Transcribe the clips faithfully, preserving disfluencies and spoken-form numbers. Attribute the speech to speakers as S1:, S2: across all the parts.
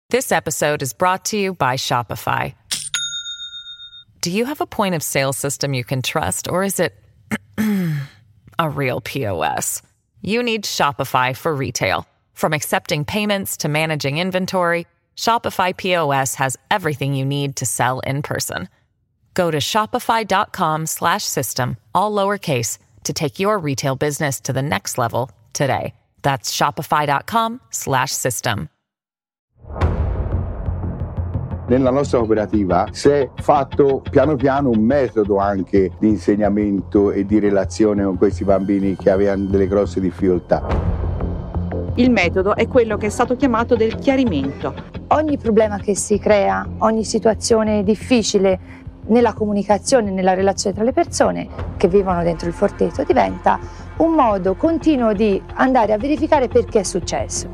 S1: This episode is brought to you by Shopify. Do you have a point of sale system you can trust, or is it a real P O S? You need Shopify for retail. From accepting payments to managing inventory, Shopify P O S has everything you need to sell in person. Go to shopify.com slash system, all lowercase, to take your retail business to the next level today. That's shopify.com slash system.
S2: Nella nostra cooperativa si è fatto piano piano un metodo anche di insegnamento e di relazione con questi bambini che avevano delle grosse difficoltà.
S3: Il metodo è quello che è stato chiamato del chiarimento.
S4: Ogni problema che si crea, ogni situazione difficile nella comunicazione, nella relazione tra le persone che vivono dentro il Forteto diventa un modo continuo di andare a verificare perché è successo.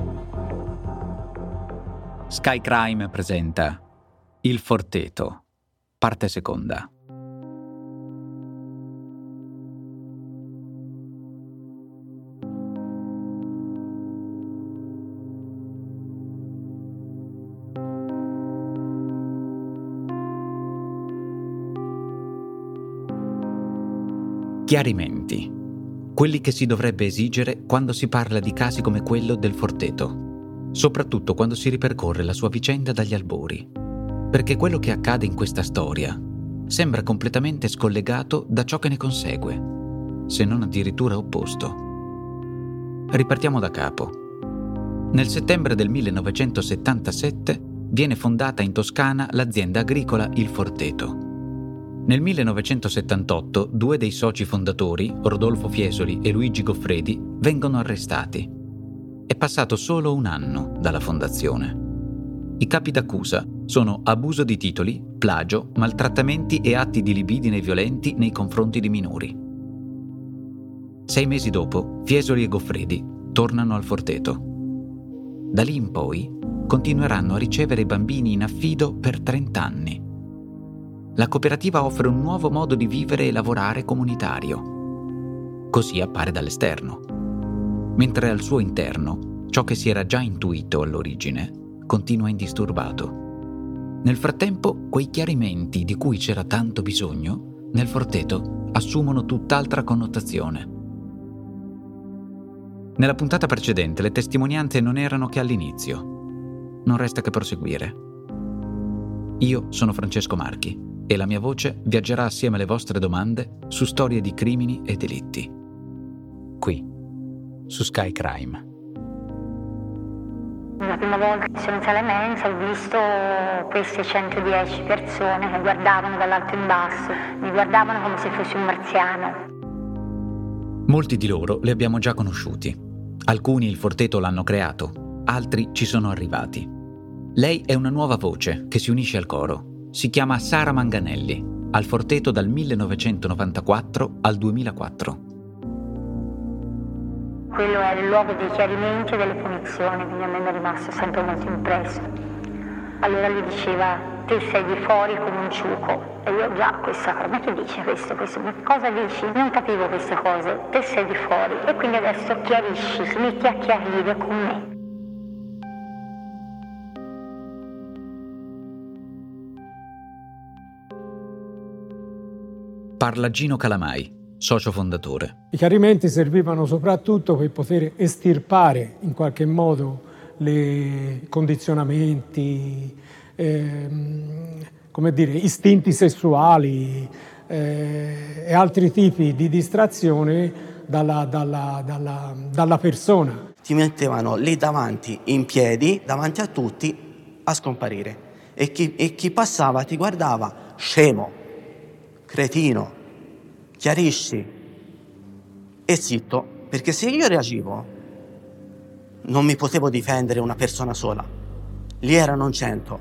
S5: Sky Crime presenta Il Forteto, parte seconda. Chiarimenti. Quelli che si dovrebbe esigere quando si parla di casi come quello del Forteto, soprattutto quando si ripercorre la sua vicenda dagli albori. Perché quello che accade in questa storia sembra completamente scollegato da ciò che ne consegue, se non addirittura opposto. Ripartiamo da capo. Nel settembre del millenovecentosettantasette viene fondata in Toscana l'azienda agricola Il Forteto. Nel millenovecentosettantotto due dei soci fondatori, Rodolfo Fiesoli e Luigi Goffredi, vengono arrestati. È passato solo un anno dalla fondazione. I capi d'accusa sono abuso di titoli, plagio, maltrattamenti e atti di libidine violenti nei confronti di minori. Sei mesi dopo, Fiesoli e Goffredi tornano al Forteto. Da lì in poi continueranno a ricevere bambini in affido per trenta anni. La cooperativa offre un nuovo modo di vivere e lavorare comunitario. Così appare dall'esterno. Mentre al suo interno, ciò che si era già intuito all'origine continua indisturbato. Nel frattempo, quei chiarimenti di cui c'era tanto bisogno, nel Forteto assumono tutt'altra connotazione. Nella puntata precedente le testimonianze non erano che all'inizio. Non resta che proseguire. Io sono Francesco Marchi e la mia voce viaggerà assieme alle vostre domande su storie di crimini e delitti. Qui, su Sky Crime.
S6: La prima volta che sono entrata alla mensa ho visto queste centodieci persone che guardavano dall'alto in basso, mi guardavano come se fossi un marziano.
S5: Molti di loro li abbiamo già conosciuti. Alcuni il Forteto l'hanno creato, altri ci sono arrivati. Lei è una nuova voce che si unisce al coro. Si chiama Sara Manganelli, al Forteto dal millenovecentonovantaquattro al duemilaquattro.
S6: Quello era il luogo dei chiarimenti e delle punizioni, quindi a me mi è rimasto sempre molto impresso. Allora lui diceva, te sei di fuori come un ciuco. E io già questa cosa, ma che dice questo? questo? Ma cosa dici? Non capivo queste cose, te sei di fuori. E quindi adesso chiarisci, smetti a chiarire con me.
S5: Parla Gino Calamai, socio fondatore.
S7: I chiarimenti servivano soprattutto per poter estirpare in qualche modo i condizionamenti, ehm, come dire, istinti sessuali eh, e altri tipi di distrazione dalla, dalla, dalla, dalla persona.
S8: Ti mettevano lì davanti, in piedi, davanti a tutti, a scomparire. E chi, e chi passava ti guardava, scemo, cretino, chiarisci. E zitto, perché se io reagivo non mi potevo difendere una persona sola. Lì erano in cento.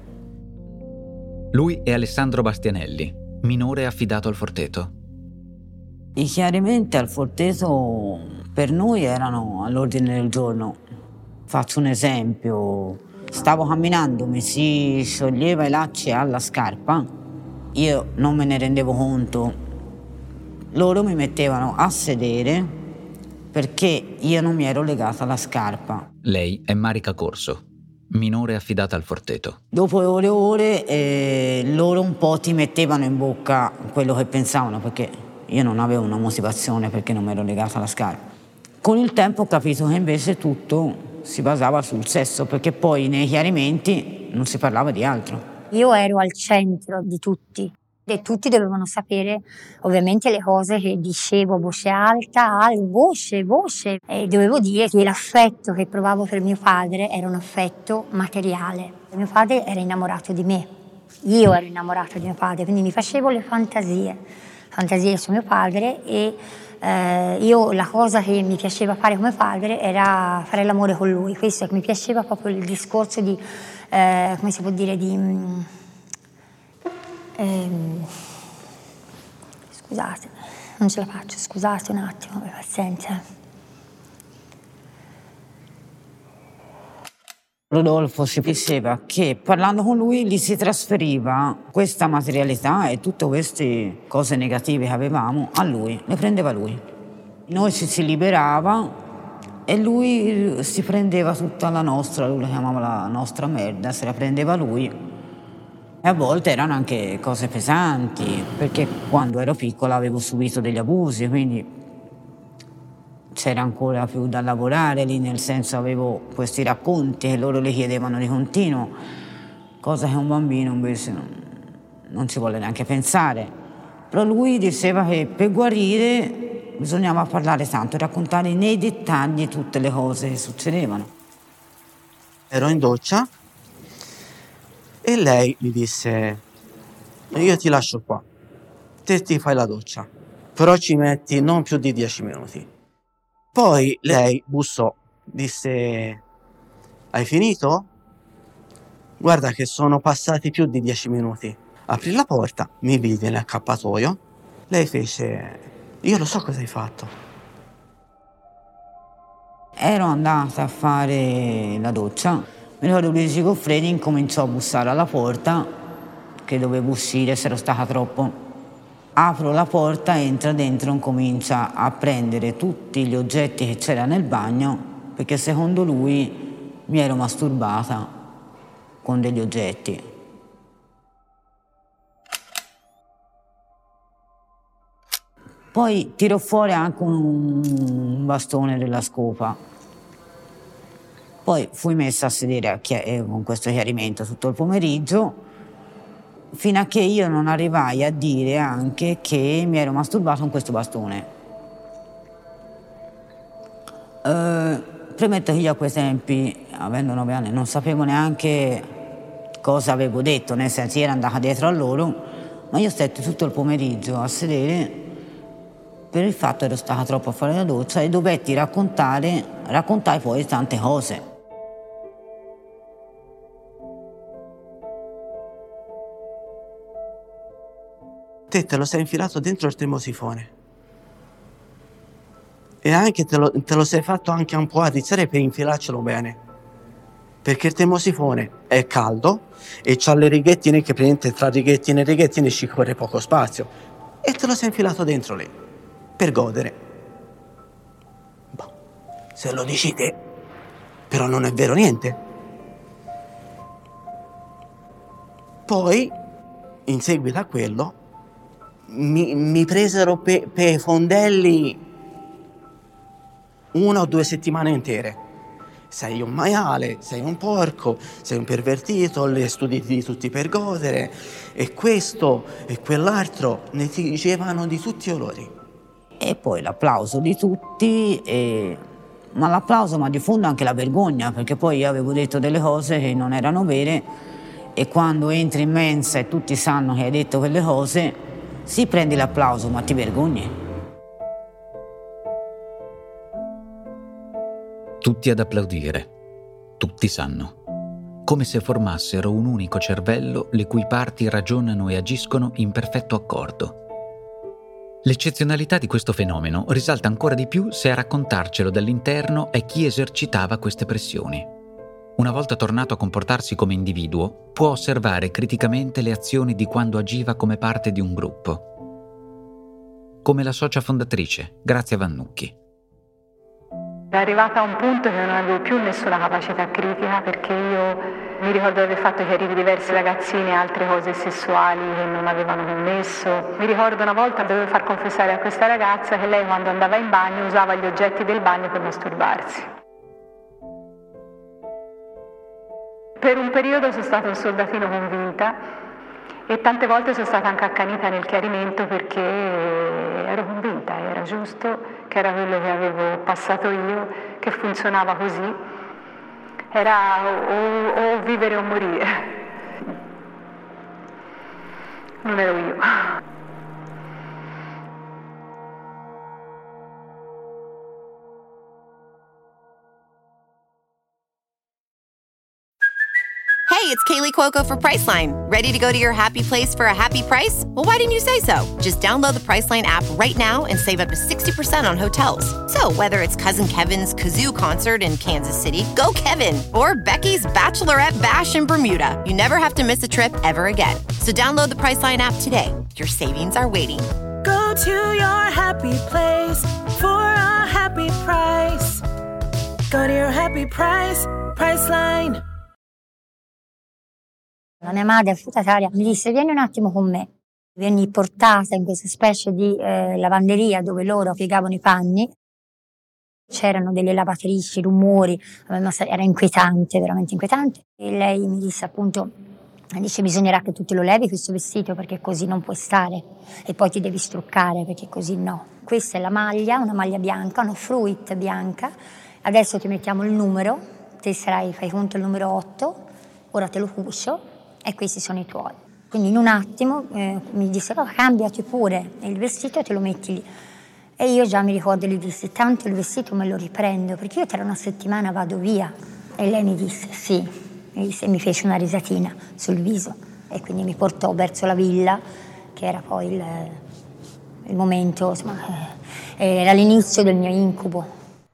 S5: Lui è Alessandro Bastianelli, minore affidato al Forteto.
S9: I chiarimenti al Forteto per noi erano all'ordine del giorno. Faccio un esempio. Stavo camminando, mi si scioglieva i lacci alla scarpa. Io non me ne rendevo conto. Loro mi mettevano a sedere perché io non mi ero legata alla scarpa.
S5: Lei è Marica Corso. minore affidata al Forteto.
S9: Dopo ore e ore eh, loro un po' ti mettevano in bocca quello che pensavano, perché io non avevo una motivazione, perché non mi ero legata alla scarpa. Con il tempo ho capito che invece tutto si basava sul sesso, perché poi nei chiarimenti non si parlava di altro.
S10: Io ero al centro di tutti e tutti dovevano sapere ovviamente le cose che dicevo a voce alta, a voce, voce, e dovevo dire che l'affetto che provavo per mio padre era un affetto materiale. Mio padre era innamorato di me, io ero innamorata di mio padre, quindi mi facevo le fantasie, fantasie su mio padre e eh, io la cosa che mi piaceva fare come padre era fare l'amore con lui. Questo mi piaceva proprio il discorso di, eh, come si può dire, di... Ehm, scusate, non ce la faccio, scusate un attimo, per pazienza.
S9: Rodolfo si diceva che parlando con lui gli si trasferiva questa materialità e tutte queste cose negative che avevamo a lui, le prendeva lui. Noi ci si liberava e lui si prendeva tutta la nostra, lui la chiamava la nostra merda, se la prendeva lui. E a volte erano anche cose pesanti, perché quando ero piccola avevo subito degli abusi, quindi c'era ancora più da lavorare lì, nel senso avevo questi racconti che loro le chiedevano di continuo, cosa che un bambino invece non, non ci vuole neanche pensare. Però lui diceva che per guarire bisognava parlare tanto, raccontare nei dettagli tutte le cose che succedevano.
S8: Ero in doccia e lei mi disse: io ti lascio qua, te ti fai la doccia, però ci metti non più di dieci minuti. Poi lei bussò, disse: hai finito? Guarda che sono passati più di dieci minuti. Aprì la porta, mi vide nell'accappatoio, lei fece: io lo so cosa hai fatto.
S9: Ero andata a fare la doccia. Mi ricordo che Luigi Goffredi incominciò a bussare alla porta, che dovevo uscire se ero stata troppo. Apro la porta, entra dentro, incomincia a prendere tutti gli oggetti che c'era nel bagno, perché secondo lui mi ero masturbata con degli oggetti. Poi tirò fuori anche un bastone della scopa. Poi fui messa a sedere con questo chiarimento tutto il pomeriggio, fino a che io non arrivai a dire anche che mi ero masturbato con questo bastone. Eh, premetto che io a quei tempi, avendo nove anni, non sapevo neanche cosa avevo detto, nel senso io ero andata dietro a loro, ma io stetti tutto il pomeriggio a sedere per il fatto che ero stata troppo a fare la doccia e dovetti raccontare, raccontai poi tante cose.
S8: Te te lo sei infilato dentro il termosifone e anche te lo, te lo sei fatto anche un po' arrizzare per infilarcelo bene, perché il termosifone è caldo e c'ha le righettine che praticamente tra righettine e righettine ci corre poco spazio e te lo sei infilato dentro lì per godere. Boh, se lo dici te, però non è vero niente. Poi in seguito a quello Mi, mi presero per pe fondelli una o due settimane intere. Sei un maiale, sei un porco, sei un pervertito, le studi di tutti per godere, e questo e quell'altro, ne ti dicevano di tutti i colori.
S9: E poi l'applauso di tutti, e... ma l'applauso, ma di fondo anche la vergogna, perché poi io avevo detto delle cose che non erano vere, e quando entri in mensa e tutti sanno che hai detto quelle cose, sì, prendi l'applauso, ma ti vergogni.
S5: Tutti ad applaudire, tutti sanno, come se formassero un unico cervello le cui parti ragionano e agiscono in perfetto accordo. L'eccezionalità di questo fenomeno risalta ancora di più se a raccontarcelo dall'interno è chi esercitava queste pressioni. Una volta tornato a comportarsi come individuo, può osservare criticamente le azioni di quando agiva come parte di un gruppo. Come la socia fondatrice, Grazia Vannucchi.
S6: È arrivata a un punto che non avevo più nessuna capacità critica, perché io mi ricordo di aver fatto chiarire diverse ragazzine altre cose sessuali che non avevano commesso. Mi ricordo una volta dovevo far confessare a questa ragazza che lei quando andava in bagno usava gli oggetti del bagno per masturbarsi. Per un periodo sono stata un soldatino convinta e tante volte sono stata anche accanita nel chiarimento, perché ero convinta, era giusto, che era quello che avevo passato io, che funzionava così. Era o, o vivere o morire. Non ero io.
S11: Hey, it's Kaylee Cuoco for Priceline. Ready to go to your happy place for a happy price? Well, why didn't you say so? Just download the Priceline app right now and save up to sixty percent on hotels. So whether it's Cousin Kevin's Kazoo Concert in Kansas City, go Kevin, or Becky's Bachelorette Bash in Bermuda, you never have to miss a trip ever again. So download the Priceline app today. Your savings are waiting.
S12: Go to your happy place for a happy price. Go to your happy price, Priceline.
S10: La mia madre affidataria mi disse: vieni un attimo con me. Venni portata in questa specie di eh, lavanderia dove loro piegavano i panni. C'erano delle lavatrici, rumori, era inquietante, veramente inquietante. E lei mi disse appunto, dice: bisognerà che tu te lo levi questo vestito, perché così non puoi stare, e poi ti devi struccare, perché così no. Questa è la maglia, una maglia bianca, una fruit bianca. Adesso ti mettiamo il numero, te sarai, fai conto, il numero otto, ora te lo cucio e questi sono i tuoi. Quindi in un attimo eh, mi disse: oh, cambiati pure il vestito e te lo metti lì. E io già mi ricordo, gli dissi: tanto il vestito me lo riprendo, perché io tra una settimana vado via. E lei mi disse sì, mi, disse, mi fece una risatina sul viso e quindi mi portò verso la villa, che era poi il, il momento, insomma, eh, era l'inizio del mio incubo.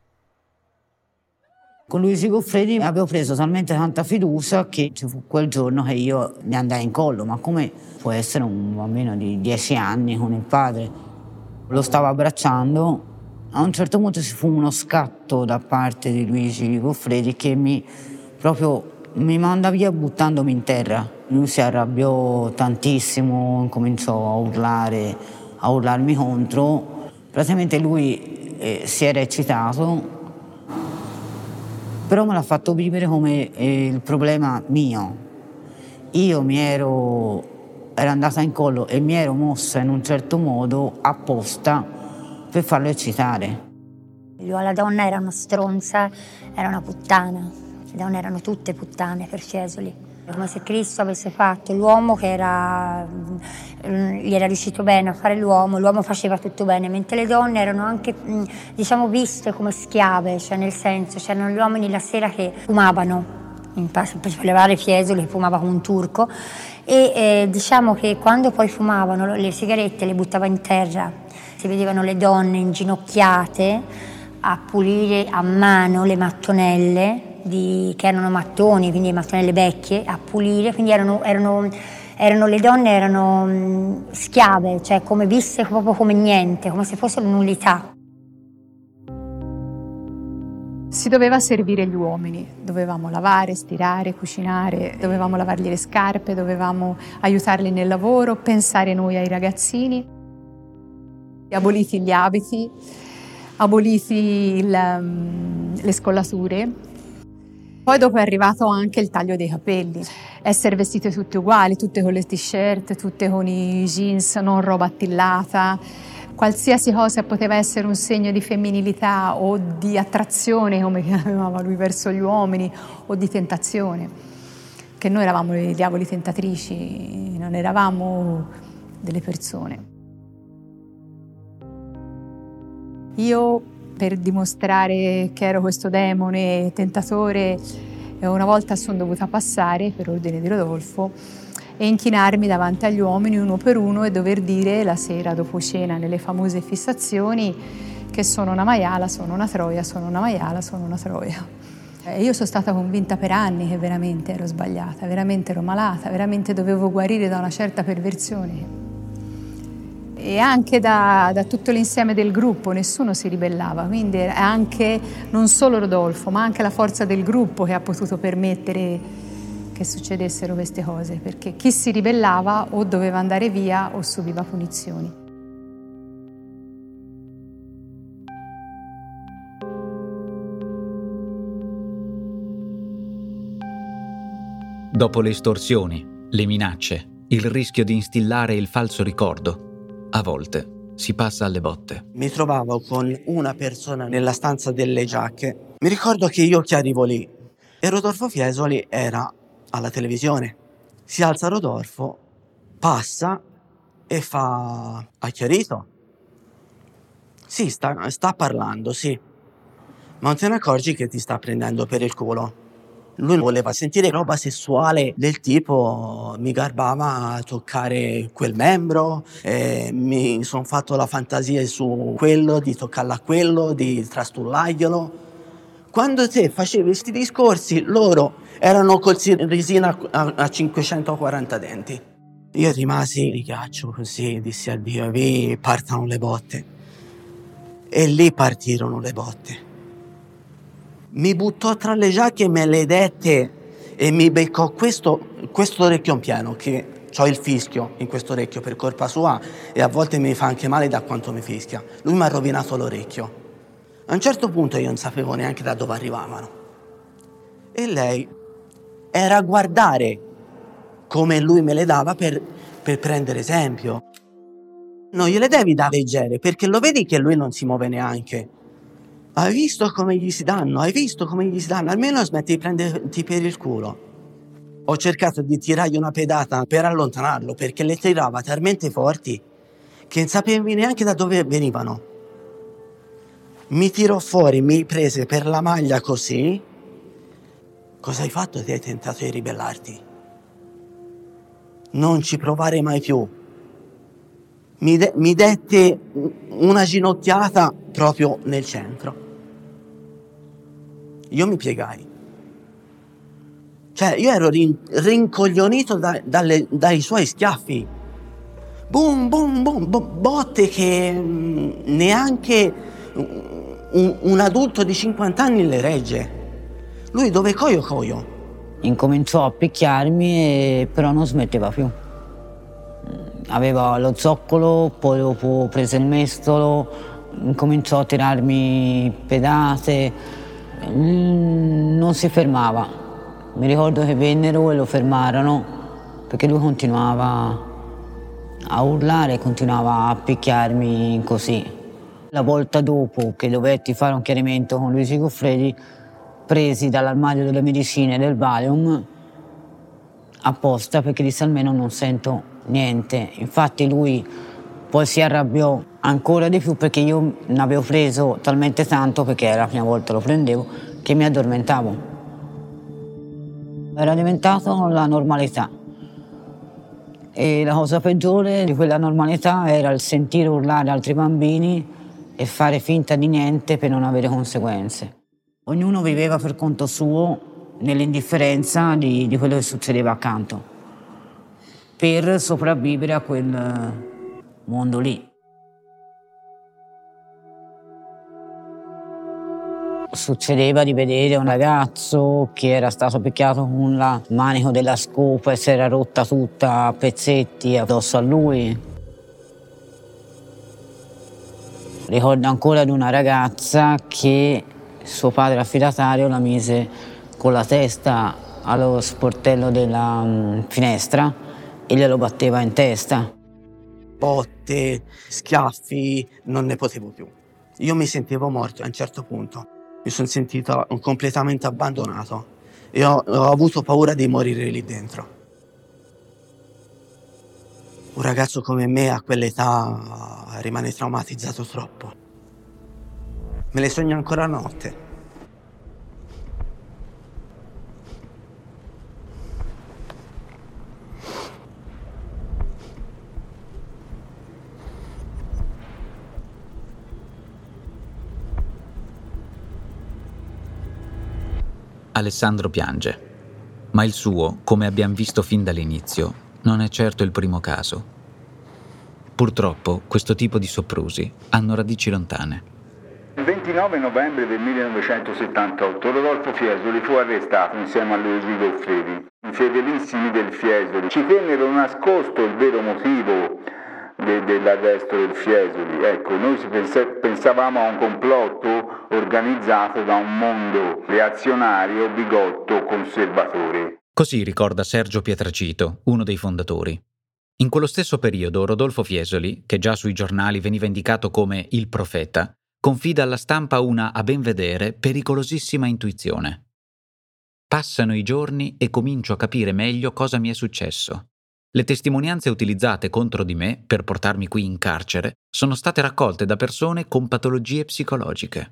S9: Con Luigi Goffredi avevo preso talmente tanta fiducia che ci fu quel giorno che io ne andai in collo. Ma come può essere un bambino di dieci anni con il padre? Lo stavo abbracciando, a un certo punto ci fu uno scatto da parte di Luigi Goffredi che mi proprio mi manda via buttandomi in terra. Lui si arrabbiò tantissimo, cominciò a urlare, a urlarmi contro. Praticamente lui eh, si era eccitato, però me l'ha fatto vivere come eh, il problema mio. Io mi ero, ero andata in collo e mi ero mossa in un certo modo apposta per farlo eccitare.
S10: La donna era una stronza, era una puttana. Le donne erano tutte puttane per Fiesoli. Come se Cristo avesse fatto l'uomo che era, gli era riuscito bene a fare l'uomo, l'uomo faceva tutto bene, mentre le donne erano anche, diciamo, viste come schiave, cioè nel senso, c'erano gli uomini la sera che fumavano, per levare Fiesoli fumava come un turco, e eh, diciamo che quando poi fumavano le sigarette le buttava in terra, si vedevano le donne inginocchiate a pulire a mano le mattonelle, Di, che erano mattoni, quindi mattonelle vecchie, a pulire, quindi erano, erano, erano le donne erano mh, schiave, cioè come viste proprio come niente, come se fossero nullità.
S13: Si doveva servire gli uomini, dovevamo lavare, stirare, cucinare, dovevamo lavargli le scarpe, dovevamo aiutarli nel lavoro, pensare noi ai ragazzini. Aboliti gli abiti, aboliti il, um, le scollature. Poi dopo è arrivato anche il taglio dei capelli, essere vestite tutte uguali, tutte con le t-shirt, tutte con i jeans, non roba attillata. Qualsiasi cosa poteva essere un segno di femminilità o di attrazione, come chiamava lui, verso gli uomini, o di tentazione. Che noi eravamo le diavoli tentatrici, non eravamo delle persone. Io, per dimostrare che ero questo demone tentatore, una volta sono dovuta passare per ordine di Rodolfo e inchinarmi davanti agli uomini uno per uno e dover dire la sera dopo cena nelle famose fissazioni che sono una maiala, sono una troia, sono una maiala, sono una troia. E io sono stata convinta per anni che veramente ero sbagliata, veramente ero malata, veramente dovevo guarire da una certa perversione. e anche da, da tutto l'insieme del gruppo, nessuno si ribellava, quindi è anche non solo Rodolfo ma anche la forza del gruppo che ha potuto permettere che succedessero queste cose, perché chi si ribellava o doveva andare via o subiva punizioni.
S5: Dopo le estorsioni, le minacce, il rischio di instillare il falso ricordo, a volte si passa alle botte.
S8: Mi trovavo con una persona nella stanza delle giacche. Mi ricordo che io chiarivo lì e Rodolfo Fiesoli era alla televisione. Si alza Rodolfo, passa e fa: "Ha chiarito?" "Sì, sta, sta parlando, sì." "Ma non te ne accorgi che ti sta prendendo per il culo?" Lui voleva sentire roba sessuale del tipo: mi garbava a toccare quel membro, eh, mi sono fatto la fantasia su quello, di toccarla a quello, di trastullarglielo. Quando te facevi questi discorsi, loro erano col sorrisino a, a, a cinquecentoquaranta denti. Io rimasi di ghiaccio così, dissi a Dio: vi partano le botte. E lì partirono le botte. Mi buttò tra le giacche e me le dette e mi beccò questo, questo orecchio pieno, che ho il fischio in questo orecchio per colpa sua e a volte mi fa anche male da quanto mi fischia. Lui mi ha rovinato l'orecchio. A un certo punto io non sapevo neanche da dove arrivavano. E lei era a guardare come lui me le dava per, per prendere esempio. Non gliele devi dare leggere, perché lo vedi che lui non si muove neanche. Hai visto come gli si danno? Hai visto come gli si danno? Almeno smetti di prenderti per il culo. Ho cercato di tirargli una pedata per allontanarlo, perché le tirava talmente forti che non sapevi neanche da dove venivano. Mi tirò fuori, mi prese per la maglia così. Cosa hai fatto? Ti hai tentato di ribellarti. Non ci provare mai più. Mi, de- mi dette una ginocchiata proprio nel centro. Io mi piegai. Cioè, io ero rin- rincoglionito da- dalle- dai suoi schiaffi. Boom, boom, boom, bo- botte che mh, neanche un, un adulto di cinquanta anni le regge. Lui dove coio coio.
S9: Incominciò a picchiarmi, e però non smetteva più. Aveva lo zoccolo, poi dopo prese il mestolo, incominciò a tirarmi pedate, non si fermava. Mi ricordo che vennero e lo fermarono perché lui continuava a urlare, continuava a picchiarmi così. La volta dopo che dovetti fare un chiarimento con Luigi Goffredi, presi dall'armadio delle medicine del Valium apposta perché disse: almeno non sento niente. Infatti lui poi si arrabbiò ancora di più perché io ne avevo preso talmente tanto, perché era la prima volta lo prendevo, che mi addormentavo. Era diventato la normalità. E la cosa peggiore di quella normalità era il sentire urlare altri bambini e fare finta di niente per non avere conseguenze. Ognuno viveva per conto suo nell'indifferenza di, di quello che succedeva accanto, per sopravvivere a quel mondo lì. Succedeva di vedere un ragazzo che era stato picchiato con il manico della scopa e si era rotta tutta a pezzetti addosso a lui. Ricordo ancora di una ragazza che suo padre affidatario la mise con la testa allo sportello della um, finestra e glielo batteva in testa.
S8: Botte, schiaffi, non ne potevo più. Io mi sentivo morto a un certo punto. Mi sono sentito completamente abbandonato e ho, ho avuto paura di morire lì dentro. Un ragazzo come me a quell'età rimane traumatizzato troppo. Me le sogno ancora la notte.
S5: Alessandro piange, ma il suo, come abbiamo visto fin dall'inizio, non è certo il primo caso. Purtroppo questo tipo di soprusi hanno radici lontane.
S2: Il ventinove novembre del millenovecentosettantotto Rodolfo Fiesoli fu arrestato insieme a Luigi Goffredi. I fedelissimi del Fiesoli ci tennero nascosto il vero motivo de- dell'arresto del Fiesoli. Ecco, noi si pens- pensavamo a un complotto organizzato da un mondo reazionario, bigotto, conservatore.
S5: Così ricorda Sergio Pietracito, uno dei fondatori. In quello stesso periodo Rodolfo Fiesoli, che già sui giornali veniva indicato come il profeta, confida alla stampa una, a ben vedere, pericolosissima intuizione. Passano i giorni e comincio a capire meglio cosa mi è successo. Le testimonianze utilizzate contro di me per portarmi qui in carcere sono state raccolte da persone con patologie psicologiche.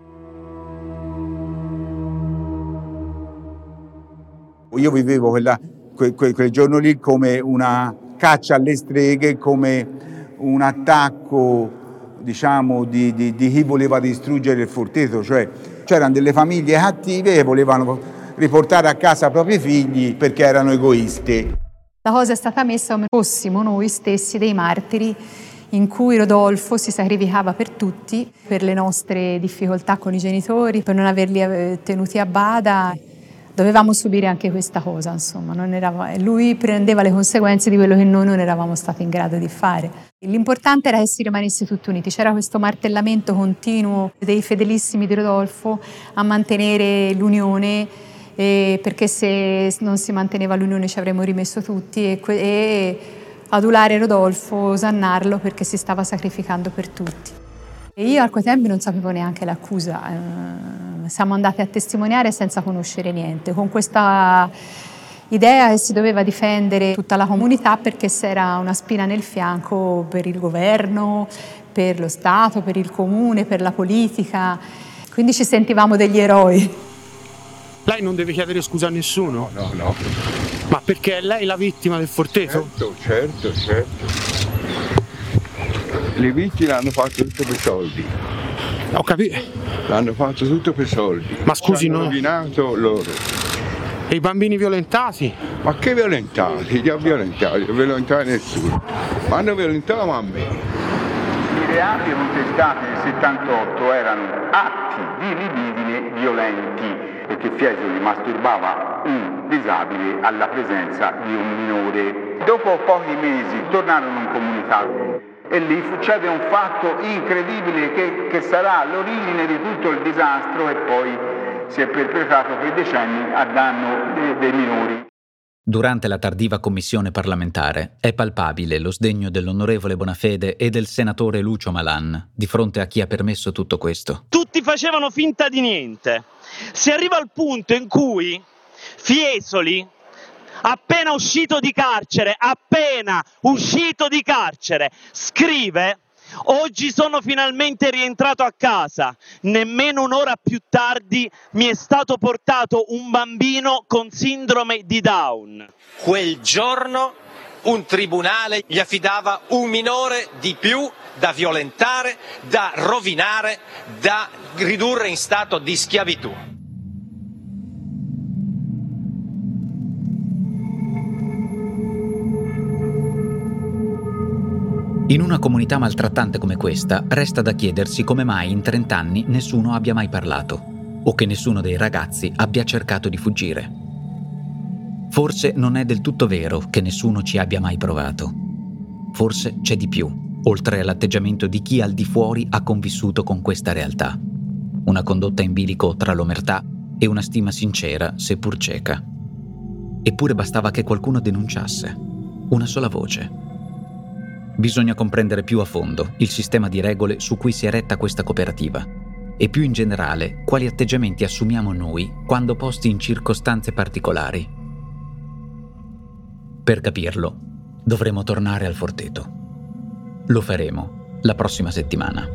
S2: Io vivevo quella, que, que, quel giorno lì come una caccia alle streghe, come un attacco, diciamo, di, di, di chi voleva distruggere il Forteto, cioè c'erano delle famiglie cattive che volevano riportare a casa i propri figli perché erano egoisti.
S13: La cosa è stata messa come fossimo noi stessi dei martiri in cui Rodolfo si sacrificava per tutti, per le nostre difficoltà con i genitori, per non averli tenuti a bada. Dovevamo subire anche questa cosa, insomma, non eravamo, lui prendeva le conseguenze di quello che noi non eravamo stati in grado di fare. L'importante era che si rimanesse tutti uniti, c'era questo martellamento continuo dei fedelissimi di Rodolfo a mantenere l'unione, eh, perché se non si manteneva l'unione ci avremmo rimesso tutti, e, e adulare Rodolfo, osannarlo perché si stava sacrificando per tutti. E io a quei tempi non sapevo neanche l'accusa, eh, siamo andati a testimoniare senza conoscere niente, con questa idea che si doveva difendere tutta la comunità perché s'era una spina nel fianco per il governo, per lo Stato, per il comune, per la politica, quindi ci sentivamo degli eroi.
S14: Lei non deve chiedere scusa a nessuno?
S2: No, no, no.
S14: Ma perché è lei la vittima del Forteto?
S2: Certo, certo, certo. Le vittime hanno fatto tutto per soldi.
S14: Ho capito.
S2: L'hanno fatto tutto per soldi.
S14: Ma scusi,
S2: hanno
S14: no?
S2: rovinato loro.
S14: E i bambini violentati?
S2: Ma che violentati? Li ha violentati, non violentati nessuno. Ma hanno violentato a me. I reati contestati nel settantotto erano atti di libidine violenti, perché Fiesoli masturbava un disabile alla presenza di un minore. Dopo pochi mesi tornarono in comunità e lì succede un fatto incredibile che, che sarà l'origine di tutto il disastro e poi si è perpetrato per decenni a danno dei, dei minori.
S5: Durante la tardiva commissione parlamentare è palpabile lo sdegno dell'onorevole Bonafede e del senatore Lucio Malan di fronte a chi ha permesso tutto questo.
S15: Tutti facevano finta di niente. Si arriva al punto in cui Fiesoli, appena uscito di carcere, appena uscito di carcere, scrive: oggi sono finalmente rientrato a casa, nemmeno un'ora più tardi mi è stato portato un bambino con sindrome di Down.
S16: Quel giorno un tribunale gli affidava un minore di più da violentare, da rovinare, da ridurre in stato di schiavitù.
S5: In una comunità maltrattante come questa, resta da chiedersi come mai in trent'anni nessuno abbia mai parlato, o che nessuno dei ragazzi abbia cercato di fuggire. Forse non è del tutto vero che nessuno ci abbia mai provato. Forse c'è di più, oltre all'atteggiamento di chi al di fuori ha convissuto con questa realtà. Una condotta in bilico tra l'omertà e una stima sincera, seppur cieca. Eppure bastava che qualcuno denunciasse, una sola voce. Bisogna comprendere più a fondo il sistema di regole su cui si è retta questa cooperativa e più in generale quali atteggiamenti assumiamo noi quando posti in circostanze particolari. Per capirlo, dovremo tornare al Forteto. Lo faremo la prossima settimana.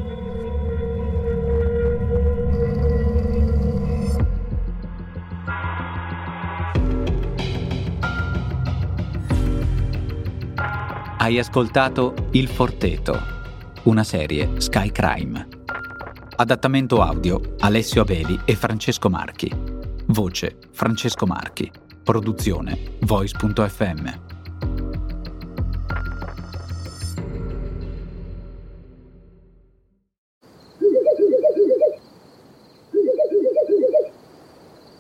S5: Hai ascoltato Il Forteto, una serie Sky Crime. Adattamento audio Alessio Abeli e Francesco Marchi. Voce Francesco Marchi. Produzione Voice punto effe emme.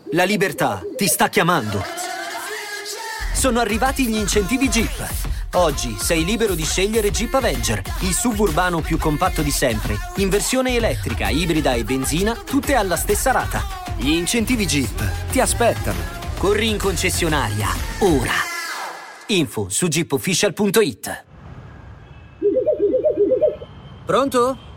S17: La libertà ti sta chiamando. Sono arrivati gli incentivi Jeep. Oggi sei libero di scegliere Jeep Avenger, il suburbano più compatto di sempre, in versione elettrica, ibrida e benzina, tutte alla stessa rata. Gli incentivi Jeep ti aspettano. Corri in concessionaria, ora. Info su jeep official punto it. Pronto?